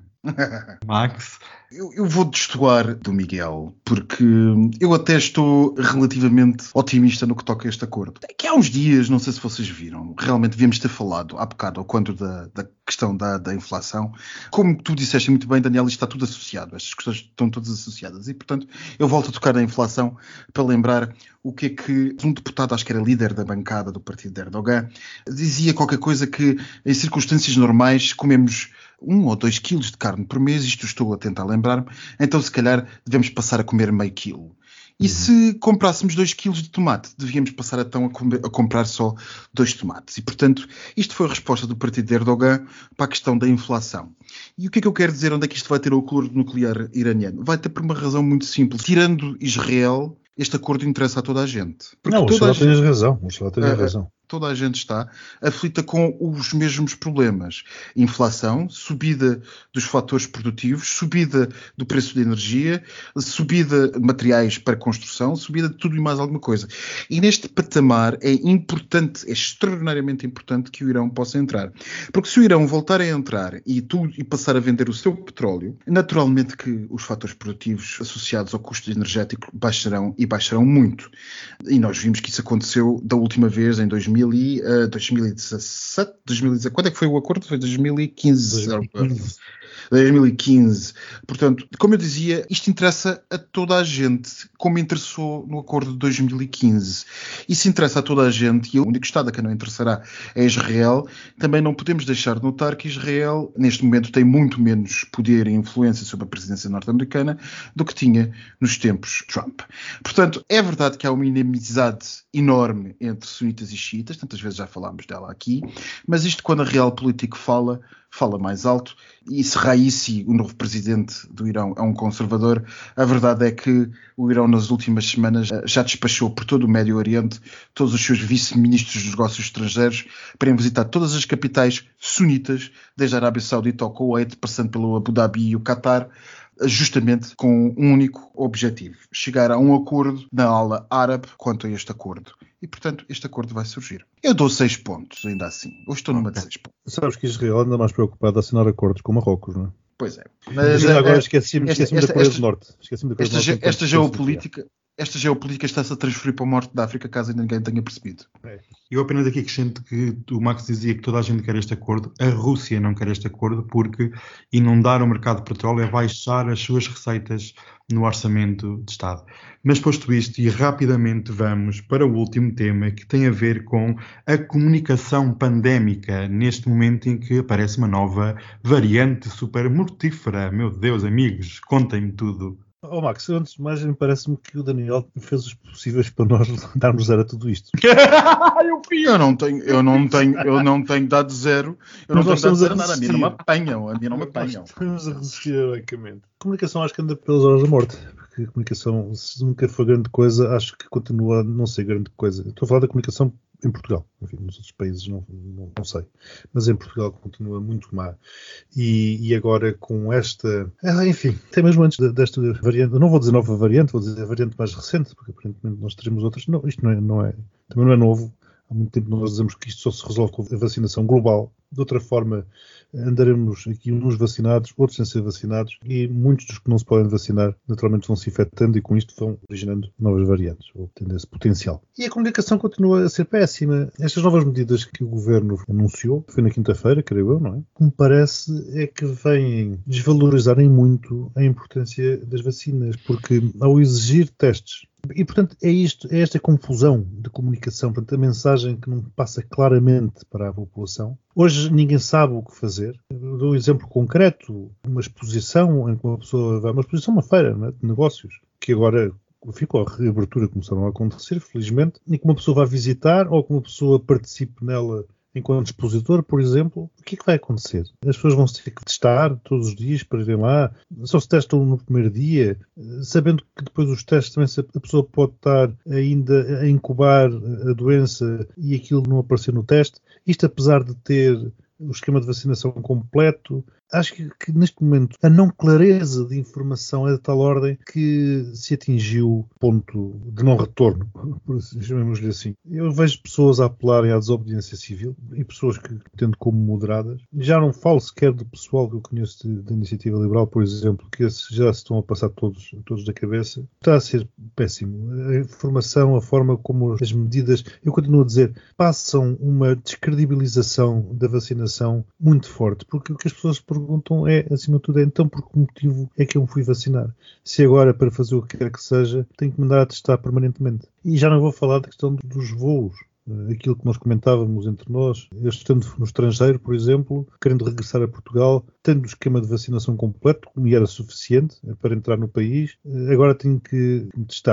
Max. Eu, eu vou destoar do Miguel, porque eu até estou relativamente otimista no que toca a este acordo. É que há uns dias, não sei se vocês viram, realmente devíamos ter falado há bocado, ao quanto da, da questão da, da inflação. Como tu disseste muito bem, Daniel, isto está tudo associado, estas questões estão todas associadas e, portanto, eu volto a tocar na inflação para lembrar o que é que um deputado, acho que era líder da bancada do partido de Erdogan, dizia qualquer coisa que, em circunstâncias normais, comemos um ou dois quilos de carne por mês, isto estou a tentar lembrar-me, então se calhar devemos passar a comer meio quilo. E se comprássemos dois quilos de tomate, devíamos passar então a, com- a comprar só dois tomates. E, portanto, isto foi a resposta do partido de Erdogan para a questão da inflação. E o que é que eu quero dizer? Onde é que isto vai ter o acordo nuclear iraniano? Vai ter por uma razão muito simples. Tirando Israel, este acordo interessa a toda a gente. Porque Não, o toda a Xalá tem razão. O Xalá tem Ah, razão. toda a gente está aflita com os mesmos problemas. Inflação, subida dos fatores produtivos, subida do preço da energia, subida de materiais para construção, subida de tudo e mais alguma coisa. E neste patamar é importante, é extraordinariamente importante que o Irão possa entrar. Porque se o Irão voltar a entrar e, tudo, e passar a vender o seu petróleo, naturalmente que os fatores produtivos associados ao custo energético baixarão e baixarão muito. E nós vimos que isso aconteceu da última vez em dois mil e, uh, dois mil e dezassete, dois mil e dezessete. Quando é que foi o acordo? Foi dois mil e quinze. dois mil e quinze. dois mil e quinze. Portanto, como eu dizia, isto interessa a toda a gente, como interessou no acordo de dois mil e quinze. E se interessa a toda a gente, e o único Estado a quem não interessará é Israel, também não podemos deixar de notar que Israel, neste momento, tem muito menos poder e influência sobre a presidência norte-americana do que tinha nos tempos Trump. Portanto, é verdade que há uma inimizade enorme entre sunitas e xiitas, tantas vezes já falámos dela aqui, mas isto quando a Realpolitik fala, fala mais alto, e se Raisi, o novo presidente do Irão, é um conservador, a verdade é que o Irão nas últimas semanas já despachou por todo o Médio Oriente todos os seus vice-ministros dos negócios estrangeiros para ir visitar todas as capitais sunitas, desde a Arábia Saudita ao Kuwait, passando pelo Abu Dhabi e o Qatar, justamente com um único objetivo: chegar a um acordo na ala árabe quanto a este acordo. E, portanto, este acordo vai surgir. Eu dou seis pontos, ainda assim. Hoje estou numa de seis pontos. Sabes que Israel anda mais preocupado a assinar acordos com Marrocos, não é? Pois é. Mas, Mas agora eh, esqueci-me esta- esqueci da esta- Coreia esta- do Norte. Esqueci-me da Coreia esta, do ge- Norte. esta enquanto geopolítica, esta geopolítica está-se a transferir para o norte da África, caso ainda ninguém tenha percebido. Eu apenas aqui acrescento que o Max dizia que toda a gente quer este acordo, a Rússia não quer este acordo porque inundar o mercado de petróleo é baixar as suas receitas no orçamento de Estado. Mas posto isto, e rapidamente vamos para o último tema, que tem a ver com a comunicação pandémica, neste momento em que aparece uma nova variante super mortífera. Meu Deus, amigos, contem-me tudo. Oh, Max, antes de mais, me parece-me que o Daniel fez os possíveis para nós darmos zero a tudo isto. Eu não tenho, eu não tenho, eu não tenho dado zero. Eu não Mas tenho nós dado estamos a zero nada. A mim não me resistir. apanham. A mim não me apanham. Estamos a resistir heroicamente. A comunicação acho que anda pelas horas da morte. Porque a comunicação, se nunca foi grande coisa, acho que continua a não ser grande coisa. Estou a falar da comunicação em Portugal. Enfim, nos outros países não, não, não sei. Mas em Portugal continua muito má. E, e agora com esta... Ah, enfim, até mesmo antes desta variante, eu não vou dizer nova variante, vou dizer a variante mais recente, porque aparentemente nós teremos outras. Não, isto não é, não é, também não é novo. Há muito tempo nós dizemos que isto só se resolve com a vacinação global. De outra forma, andaremos aqui uns vacinados, outros sem ser vacinados, e muitos dos que não se podem vacinar naturalmente vão se infectando e com isto vão originando novas variantes, ou tendo esse potencial. E a comunicação continua a ser péssima. Estas novas medidas que o Governo anunciou, foi na quinta-feira, creio eu, não é? O que me parece é que vêm desvalorizarem muito a importância das vacinas, porque ao exigir testes, e, portanto, é isto, é esta confusão de comunicação, portanto, a mensagem que não passa claramente para a população. Hoje ninguém sabe o que fazer. Eu dou um exemplo concreto, uma exposição em que uma pessoa vai, uma exposição, uma feira, não é, de negócios, que agora ficou a reabertura, começaram a acontecer, felizmente, e que uma pessoa vai visitar ou que uma pessoa participe nela enquanto expositor, por exemplo. O que é que vai acontecer? As pessoas vão se ter que testar todos os dias para irem lá, só se testam no primeiro dia, sabendo que depois os testes também a pessoa pode estar ainda a incubar a doença e aquilo não aparecer no teste. Isto apesar de ter o esquema de vacinação completo. Acho que, que neste momento a não clareza de informação é de tal ordem que se atingiu ponto de não retorno, chamemos-lhe assim. Eu vejo pessoas a apelarem à desobediência civil e pessoas que tendo como moderadas. Já não falo sequer do pessoal que eu conheço da Iniciativa Liberal, por exemplo, que já se estão a passar todos, todos da cabeça. Está a ser péssimo. A informação, a forma como as medidas, eu continuo a dizer, passam uma descredibilização da vacinação muito forte, porque o que as pessoas perguntam é, acima de tudo, é então por que motivo é que eu me fui vacinar? Se agora, para fazer o que quer que seja, tenho que me andar a testar permanentemente. E já não vou falar da questão dos voos. Aquilo que nós comentávamos entre nós, eu estando no estrangeiro, por exemplo, querendo regressar a Portugal, tendo o esquema de vacinação completo, como era suficiente para entrar no país, agora tenho que me testar.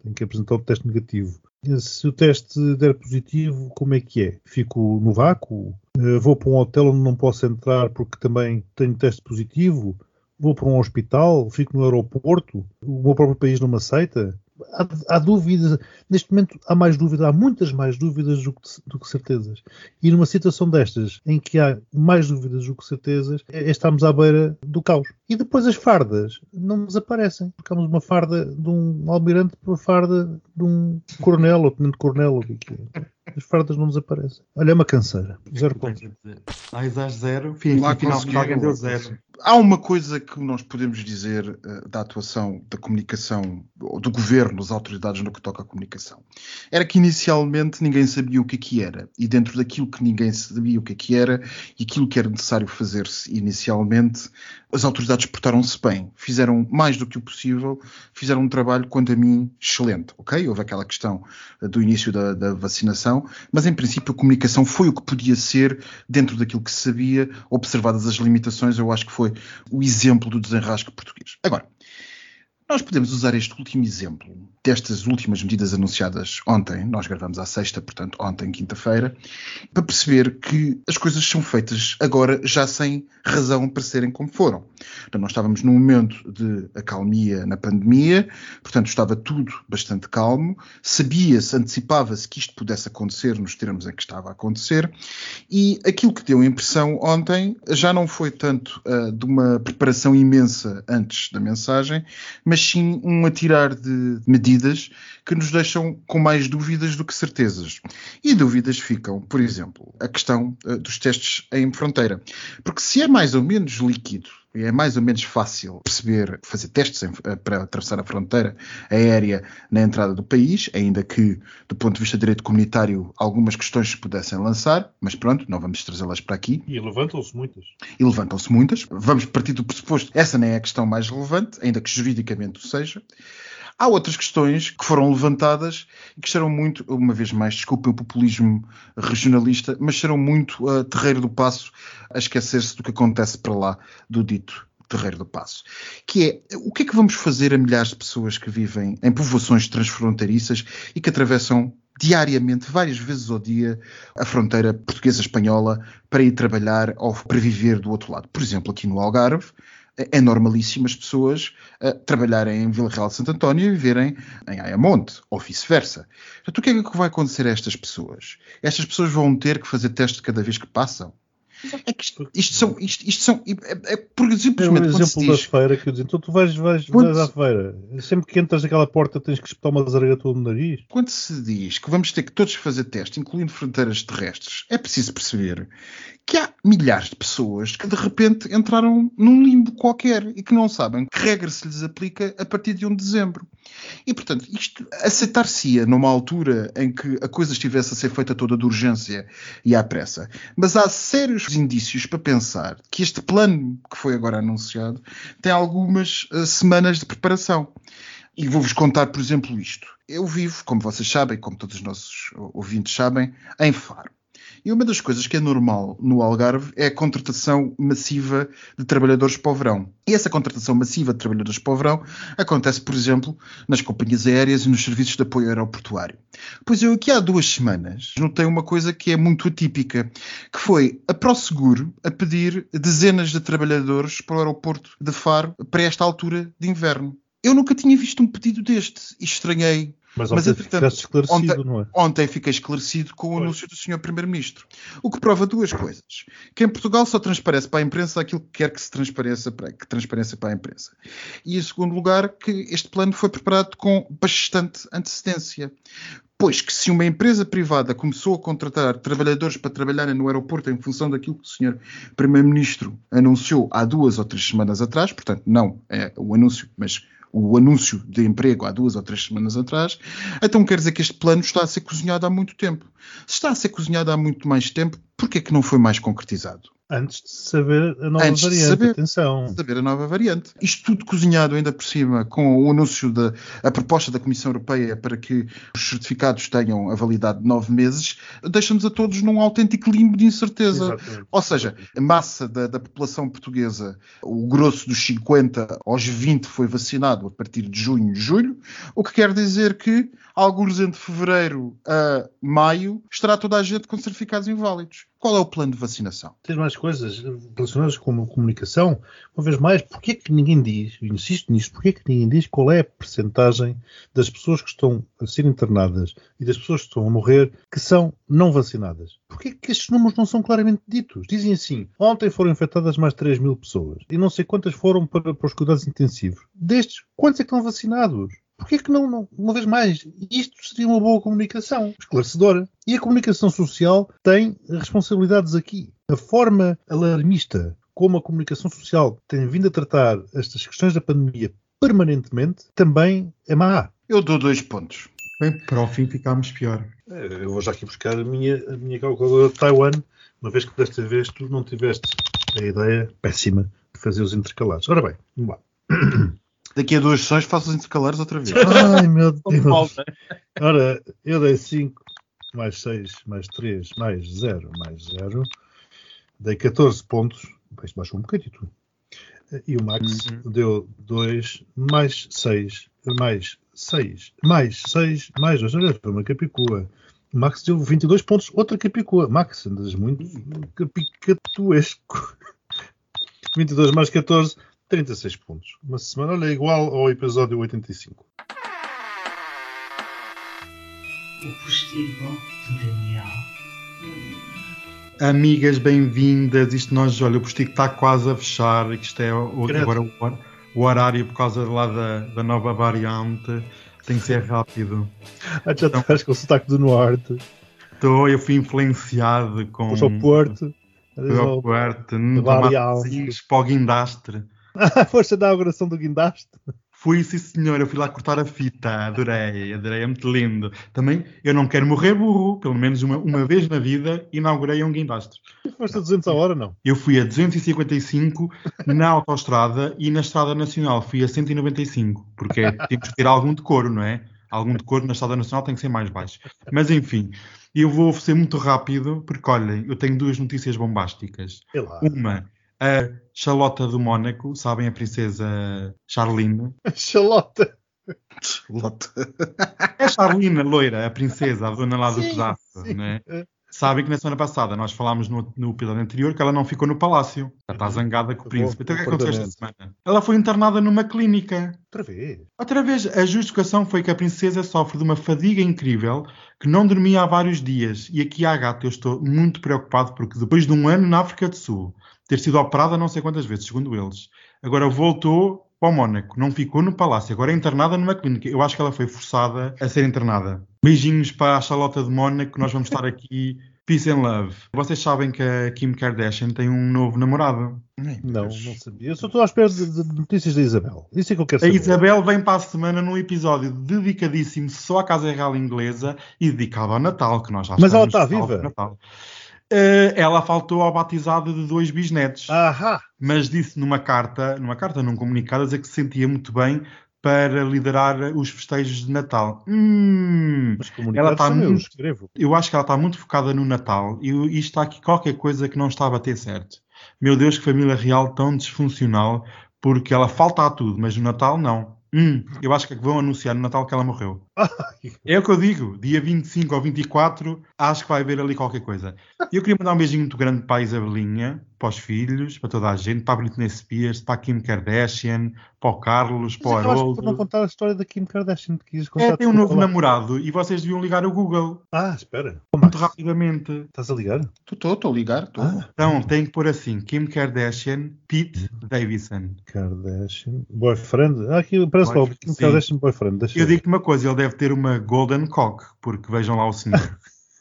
Tenho que apresentar o teste negativo. Se o teste der positivo, como é que é? Fico no vácuo? Uh, vou para um hotel onde não posso entrar porque também tenho teste positivo? Vou para um hospital? Fico no aeroporto? O meu próprio país não me aceita? Há, há dúvidas. Neste momento há mais dúvidas, há muitas mais dúvidas do que, do que certezas. E numa situação destas, em que há mais dúvidas do que certezas, é, estamos à beira do caos. E depois as fardas não desaparecem. Trocamos uma farda de um almirante por uma farda de um coronel ou tenente-coronel. As fardas não desaparecem. Olha, é uma canseira. Zero pontos. A exager zero. Fim, Lá final, conseguiu. alguém deu zero. Há uma coisa que nós podemos dizer uh, da atuação da comunicação, do governo, das autoridades no que toca à comunicação. Era que inicialmente ninguém sabia o que é que era. E dentro daquilo que ninguém sabia o que é que era e aquilo que era necessário fazer-se inicialmente, as autoridades portaram-se bem. Fizeram mais do que o possível, fizeram um trabalho, quanto a mim, excelente. Ok? Houve aquela questão uh, do início da, da vacinação, mas em princípio a comunicação foi o que podia ser dentro daquilo que se sabia, observadas as limitações. Eu acho que foi o exemplo do desenrasque português. Agora, nós podemos usar este último exemplo destas últimas medidas anunciadas ontem, nós gravamos à sexta, portanto ontem, quinta-feira, para perceber que as coisas são feitas agora já sem razão para serem como foram. Então, nós estávamos num momento de acalmia na pandemia, portanto estava tudo bastante calmo, sabia-se, antecipava-se que isto pudesse acontecer nos termos em que estava a acontecer, e aquilo que deu a impressão ontem já não foi tanto uh, de uma preparação imensa antes da mensagem, mas sim um atirar de medidas que nos deixam com mais dúvidas do que certezas. E dúvidas ficam, por exemplo, a questão uh, dos testes em fronteira. Porque se é mais ou menos líquido, e é mais ou menos fácil perceber, fazer testes em, uh, para atravessar a fronteira aérea na entrada do país, ainda que, do ponto de vista de direito comunitário, algumas questões se pudessem lançar, mas pronto, não vamos trazê-las para aqui. E levantam-se muitas. E levantam-se muitas. Vamos partir do pressuposto, essa nem é a questão mais relevante, ainda que juridicamente o seja. Há outras questões que foram levantadas e que serão muito, uma vez mais, desculpem o populismo regionalista, mas serão muito a uh, Terreiro do Paço, a esquecer-se do que acontece para lá do dito Terreiro do Paço. Que é, o que é que vamos fazer a milhares de pessoas que vivem em povoações transfronteiriças e que atravessam diariamente, várias vezes ao dia, a fronteira portuguesa-espanhola para ir trabalhar ou para viver do outro lado? Por exemplo, aqui no Algarve, é normalíssimo as pessoas uh, trabalharem em Vila Real de Santo António e viverem em Ayamonte, ou vice-versa. Portanto, o que é que vai acontecer a estas pessoas? Estas pessoas vão ter que fazer teste cada vez que passam? É que isto, isto são, isto, isto são, é, é por simplesmente, é o exemplo diz, da feira que eu digo, então tu vais, vais, quando, vais à feira, sempre que entras naquela porta tens que espetar uma zaragatua no nariz. Quando se diz que vamos ter que todos fazer teste, incluindo fronteiras terrestres, é preciso perceber que há milhares de pessoas que de repente entraram num limbo qualquer e que não sabem que regra se lhes aplica a partir de um de dezembro. E, portanto, isto aceitar-se-ia numa altura em que a coisa estivesse a ser feita toda de urgência e à pressa. Mas há sérios indícios para pensar que este plano que foi agora anunciado tem algumas uh, semanas de preparação. E vou-vos contar, por exemplo, isto. Eu vivo, como vocês sabem, como todos os nossos ouvintes sabem, em Faro. E uma das coisas que é normal no Algarve é a contratação massiva de trabalhadores para o verão. E essa contratação massiva de trabalhadores para o verão acontece, por exemplo, nas companhias aéreas e nos serviços de apoio aeroportuário. Pois eu aqui há duas semanas notei uma coisa que é muito atípica, que foi a ProSeguro a pedir dezenas de trabalhadores para o aeroporto de Faro para esta altura de inverno. Eu nunca tinha visto um pedido deste e estranhei. Mas ontem Mas, ficaste esclarecido, ontem, não é? Ontem fiquei esclarecido com o anúncio do senhor Primeiro-Ministro. O que prova duas coisas. Que em Portugal só transparece para a imprensa aquilo que quer que se transpareça para, que transpareça para a imprensa. E em segundo lugar, que este plano foi preparado com bastante antecedência. Pois que se uma empresa privada começou a contratar trabalhadores para trabalharem no aeroporto em função daquilo que o senhor Primeiro-Ministro anunciou há duas ou três semanas atrás, portanto não é o anúncio, mas o anúncio de emprego há duas ou três semanas atrás, então quer dizer que este plano está a ser cozinhado há muito tempo. Se está a ser cozinhado há muito mais tempo, porquê é que não foi mais concretizado? Antes de saber a nova Antes de variante, saber. atenção. Saber a nova variante. Isto tudo cozinhado ainda por cima com o anúncio da a proposta da Comissão Europeia para que os certificados tenham a validade de nove meses, deixa-nos a todos num autêntico limbo de incerteza. Exatamente. Ou seja, a massa da, da população portuguesa, o grosso dos cinquenta aos vinte foi vacinado a partir de junho, julho, o que quer dizer que, alguns entre fevereiro a maio, estará toda a gente com certificados inválidos. Qual é o plano de vacinação? Tens mais coisas relacionadas com a comunicação. Uma vez mais, porquê é que ninguém diz, eu insisto nisto, porquê é que ninguém diz qual é a percentagem das pessoas que estão a ser internadas e das pessoas que estão a morrer que são não vacinadas? Porquê é que estes números não são claramente ditos? Dizem assim, ontem foram infectadas mais de três mil pessoas e não sei quantas foram para, para os cuidados intensivos. Destes, quantos é que estão vacinados? Porquê que não, não, uma vez mais, isto seria uma boa comunicação esclarecedora. E a comunicação social tem responsabilidades aqui. A forma alarmista como a comunicação social tem vindo a tratar estas questões da pandemia permanentemente também é má. Eu dou dois pontos. Bem, para o fim ficámos pior. Eu vou já aqui buscar a minha, a minha calculadora de Taiwan, uma vez que desta vez tu não tiveste a ideia péssima de fazer os intercalados. Ora bem, vamos lá. Daqui a duas sessões faço os intercalares outra vez. Ai, meu Deus. Ora, eu dei cinco, mais seis, mais três, mais zero, mais zero. Dei catorze pontos. Isto baixou um bocadinho. E o Max uhum. deu dois, mais seis, mais seis, mais seis, mais dois. Olha, foi uma capicua. O Max deu vinte e dois pontos. Outra capicua. Max, andas muito capicatuesco. vinte e dois mais catorze. trinta e seis pontos. Uma semana, olha, igual ao episódio oitenta e cinco. O postigo de Daniel. Amigas, bem-vindas. Isto nós, olha, o postigo está quase a fechar. Isto é o, agora o, o horário por causa lá da, da nova variante. Tem que ser rápido. Ah, já estás com o sotaque do Norte. Estou, eu fui influenciado com... Pois ao Porto. Foi ao Porto. Não tomatezinhos para o guindastre. Ah, foste da inauguração do guindaste? Fui, sim senhor, eu fui lá cortar a fita, adorei, adorei, é muito lindo. Também, eu não quero morrer burro, pelo menos uma, uma vez na vida inaugurei um guindastre. Foste a duzentos a hora, não? Eu fui a duzentos e cinquenta e cinco na autoestrada e na estrada nacional fui a cento e noventa e cinco, porque temos que ter algum decoro, não é? Algum decoro na estrada nacional tem que ser mais baixo. Mas enfim, eu vou ser muito rápido, porque olhem, eu tenho duas notícias bombásticas. Uma... A Charlotte do Mónaco, sabem, a princesa Charlene? Charlotte. Charlotte. É Charlene, a loira, a princesa, a dona lá do sim, pedaço, sim. né? Sabem que na semana passada nós falámos no, no episódio anterior que ela não ficou no palácio. Ela está zangada com o príncipe. Então o que é que aconteceu esta semana? Ela foi internada numa clínica. Outra vez? Outra vez. A justificação foi que a princesa sofre de uma fadiga incrível, que não dormia há vários dias. E aqui à gata eu estou muito preocupado porque depois de um ano na África do Sul, ter sido operada não sei quantas vezes, segundo eles, agora voltou para o Mónaco, não ficou no palácio, agora é internada numa clínica. Eu acho que ela foi forçada a ser internada. Beijinhos para a Charlotte de Mónaco, nós vamos estar aqui, peace and love. Vocês sabem que a Kim Kardashian tem um novo namorado? Não, não sabia. Eu só estou à espera de, de notícias da Isabel. Isso é que eu quero A saber. Isabel vem para a semana num episódio dedicadíssimo só à Casa Real Inglesa e dedicado ao Natal, que nós já Mas ela estamos está viva? Natal. Uh, ela faltou ao batizado de dois bisnetos. Ahá. Mas disse numa carta, numa carta, num comunicado, a dizer que se sentia muito bem para liderar os festejos de Natal. Hum, Mas ela está eu muito, escrevo. eu acho que ela está muito focada no Natal e, e está aqui qualquer coisa que não está a bater certo. Meu Deus, que família real tão disfuncional, porque ela falta a tudo, mas no Natal não. Hum, eu acho que vão anunciar no Natal que ela morreu. É o que eu digo. Dia vinte e cinco ou vinte e quatro, acho que vai haver ali qualquer coisa. Eu queria mandar um beijinho muito grande para a Isabelinha, para os filhos, para toda a gente, para a Britney Spears, para a Kim Kardashian, para o Carlos, para o Haroldo. Por não contar a história da Kim Kardashian que quis contar. É, tem um novo namorado e vocês deviam ligar o Google. Ah, espera. Muito rapidamente. Estás a ligar? Estou, estou a ligar. Tô. Ah. Então, tem que pôr assim, Kim Kardashian, Pete Davidson. Kardashian, boyfriend. Ah, aqui parece logo, Kim Kardashian, boyfriend. Deixa eu digo-te uma coisa, ele deve ter uma Golden Cock, porque vejam lá o senhor.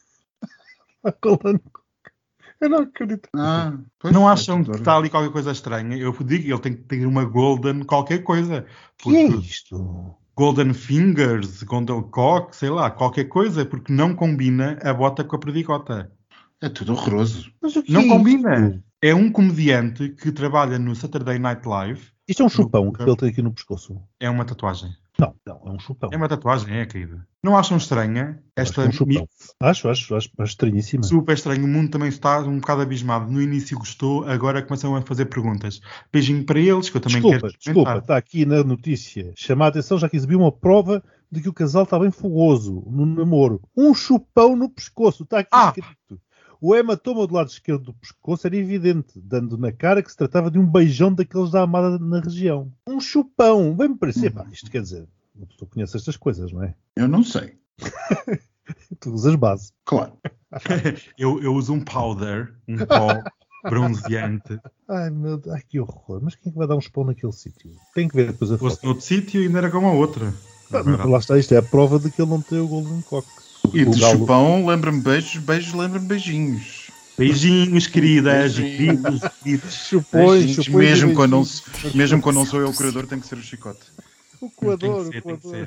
Golden Cock. Eu não acredito. Ah, pois, não é, acham é, que está ali qualquer coisa estranha? Eu digo, ele tem que ter uma Golden qualquer coisa. O que é isto? Golden Fingers, Golden Cock, sei lá, qualquer coisa, porque não combina a bota com a perdigota. É tudo horroroso. Mas o que não é combina. isto? É um comediante que trabalha no Saturday Night Live. Isto é um chupão que ele tem aqui no pescoço. É uma tatuagem. Não, não, é um chupão. É uma tatuagem, é, querida. Não acham estranha esta... Acho, que é um chupão. acho, acho, acho, acho estranhíssima. Super estranho. O mundo também está um bocado abismado. No início gostou, agora começam a fazer perguntas. Beijinho para eles, que eu também desculpa, quero Desculpa, comentar. está aqui na notícia. Chama a atenção, já que exibiu uma prova de que o casal está bem fogoso no namoro. Um chupão no pescoço. Está aqui Ah! escrito. O hematoma do lado esquerdo do pescoço era evidente, dando na cara que se tratava de um beijão daqueles da amada na região. Um chupão. Bem me parecia. Pá, isto quer dizer, uma pessoa conhece estas coisas, não é? Eu não sei. Tu usas base. Claro. eu, eu uso um powder, um pó bronzeante. Ai, meu Deus, ai, que horror. Mas quem é que vai dar um chupão naquele sítio? Tem que ver depois a Fosse foto. noutro sítio e ainda era como a outra. Ah, lá está, isto é a prova de que ele não tem o Golden Cock. E O de galo- chupão, lembra-me beijos, beijos, lembra-me beijinhos. Beijinhos, queridas. Beijinhos. Queridos, queridos. Chupões, Beijinhos, chupões e mesmo, quando não, beijinhos. se- mesmo quando não sou eu o criador, tem que ser o chicote. O Tem que coador, ser, o tem que coador. ser.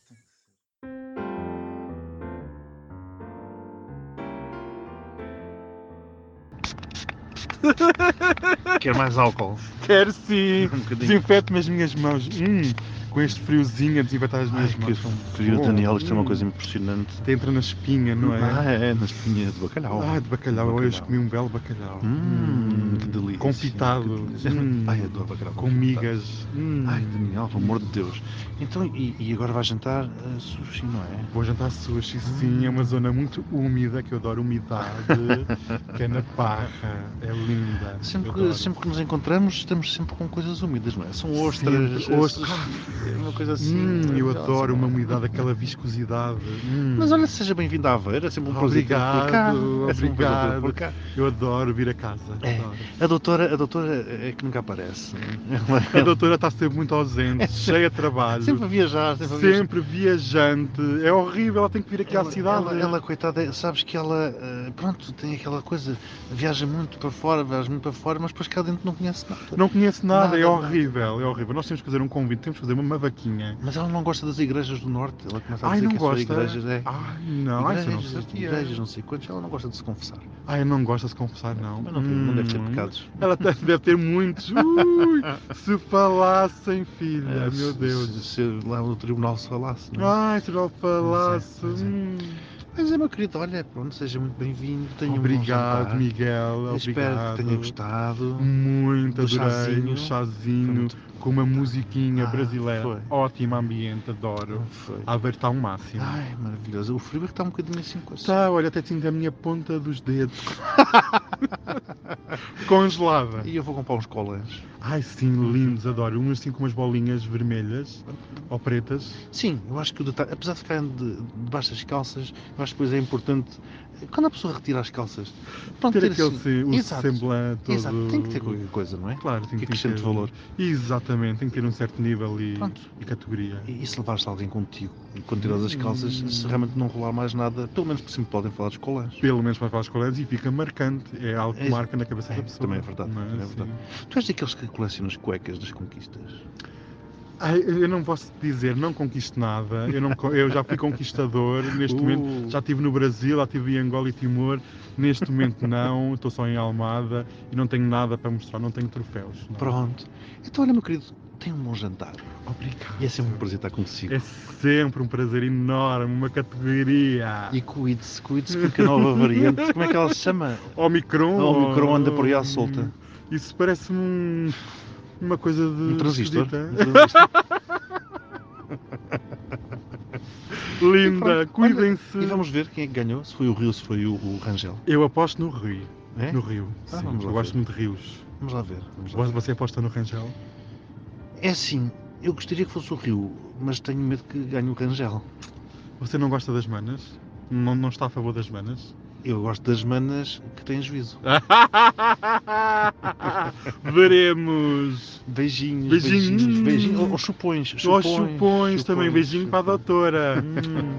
Quer mais álcool? Quero sim. Um bocadinho. Desinfete-me as minhas mãos. Hum, com este friozinho a desinfetar as Ai, minhas que mãos. frio, Oh, Daniel, isto é uma hum. coisa impressionante. Até entra na espinha, não é? Ah, é, na espinha de bacalhau. Ah, de bacalhau. De Hoje comi um belo bacalhau. Hum, que delícia. Confitado. Que delícia. Hum. Ai, adoro bacalhau. Com confitado. migas. Hum. Ai, Daniel, pelo amor de Deus. Então, e, e agora vai jantar uh, sushi, não é? Vou jantar sushi, sim. É uma zona muito úmida, que eu adoro umidade. Que é na Barra. É linda. Sempre Eu que, adoro. sempre que nos encontramos, estamos sempre com coisas úmidas, não é? São ostras, Sempre, ostras. é uma coisa assim. Hum, eu maravilhosa, adoro não uma é? umidade, aquela viscosidade. Hum. Mas olha, seja bem-vindo à Aveira, é sempre um prazer ter por cá. Obrigado, É sempre um prazer ter obrigado. por cá. Eu adoro vir a casa. É. Adoro. A doutora, a doutora é que nunca aparece. A doutora está sempre muito ausente, cheia de trabalho. Sempre a viajar, sempre a viajar. Sempre viajante. É horrível, ela tem que vir aqui à Ela, cidade. ela, ela, coitada, sabes que ela, eh, pronto, tem aquela coisa, viaja muito para fora, viaja muito para fora, mas depois cá dentro não conhece nada. Não conhece nada, Nada, é nada. horrível, é horrível. Nós temos que fazer um convite, temos que fazer uma, uma vaquinha. Mas ela não gosta das igrejas do Norte, ela começa a Ai, dizer não que é só gosta? igrejas, é. Ai, não, ai, isso eu não igrejas, sabia. igrejas, não sei quantos, ela não gosta de se confessar. Ai, eu não gosto de se confessar, não. Mas não, tem- não deve ter Hum. pecados. Ela te- deve ter muitos. Ui, se falassem, filha, É, meu se- Deus. Se, se lá no tribunal se falasse, não é? Ai, se não falasse. Pois é, pois é. hum. Mas é, meu querido, olha, pronto, seja muito bem-vindo, tenha um bom Obrigado, jantar. Miguel. Espero Obrigado. que tenha gostado. Muito, Do adorei. chazinho. Um chazinho Pronto. com uma musiquinha Ah, brasileira. foi. Ótimo ambiente, adoro. Foi. A ver está um máximo. Ai, maravilhoso. O frio é que está um bocadinho assim com esse... Tá, olha, até sinto a minha ponta dos dedos. Congelada. E eu vou comprar uns colãs. Ai, sim, lindos, adoro. Uns assim com umas bolinhas vermelhas ou pretas. Sim, eu acho que o detalhe, apesar de ficarem de, debaixo das calças, eu acho que depois é importante, quando a pessoa retira as calças, pronto, Ter ter aquele assim, se- o exato, semblante todo. exato, tem que ter qualquer coisa, não é? Claro, tem que que, acrescente ter valor. Exatamente, tem que ter um certo nível e, Pronto. e categoria. E, e se levares alguém contigo, e quando tirares as calças, Hum. se realmente não rolar mais nada, pelo menos por cima podem falar dos colãs. Pelo menos para falar os colegas e fica marcante. É algo que É, marca na cabeça é, da pessoa. também é verdade, Não também é verdade. Sim. Tu és daqueles que colecionam as cuecas das conquistas? Ai, eu não posso dizer, não conquisto nada. Eu, não, co- eu já fui conquistador. Neste Uh. momento já estive no Brasil, já estive em Angola e Timor. Neste momento não, estou só em Almada e não tenho nada para mostrar, não tenho troféus. Não. Pronto. Então olha, meu querido, tenha um bom jantar. Obrigado. E é sempre um prazer estar consigo. É sempre um prazer enorme, uma categoria. E cuide-se, cuide-se porque a nova variante, como é que ela se chama? Omicron. A Omicron anda por aí à ou- solta. Isso parece-me um, uma coisa de. Um transistor. esquisita. Um transistor. Linda, E cuidem-se. vamos ver quem é que ganhou, se foi o Rio, se foi o, o Rangel. Eu aposto no Rio. É? No Rio. Ah, Sim, vamos lá eu gosto ver. muito de rios. Vamos lá ver. Vamos lá ver. Você aposta no Rangel? É assim, eu gostaria que fosse o Rio, mas tenho medo que ganhe o Rangel. Você não gosta das manas? Não, não está a favor das manas? Eu gosto das manas que têm juízo. Veremos! Beijinhos, Beijinhos. beijinhos, beijinhos. Ou chupões, Os chupões. chupões também, beijinho para a chupões. doutora. Hum.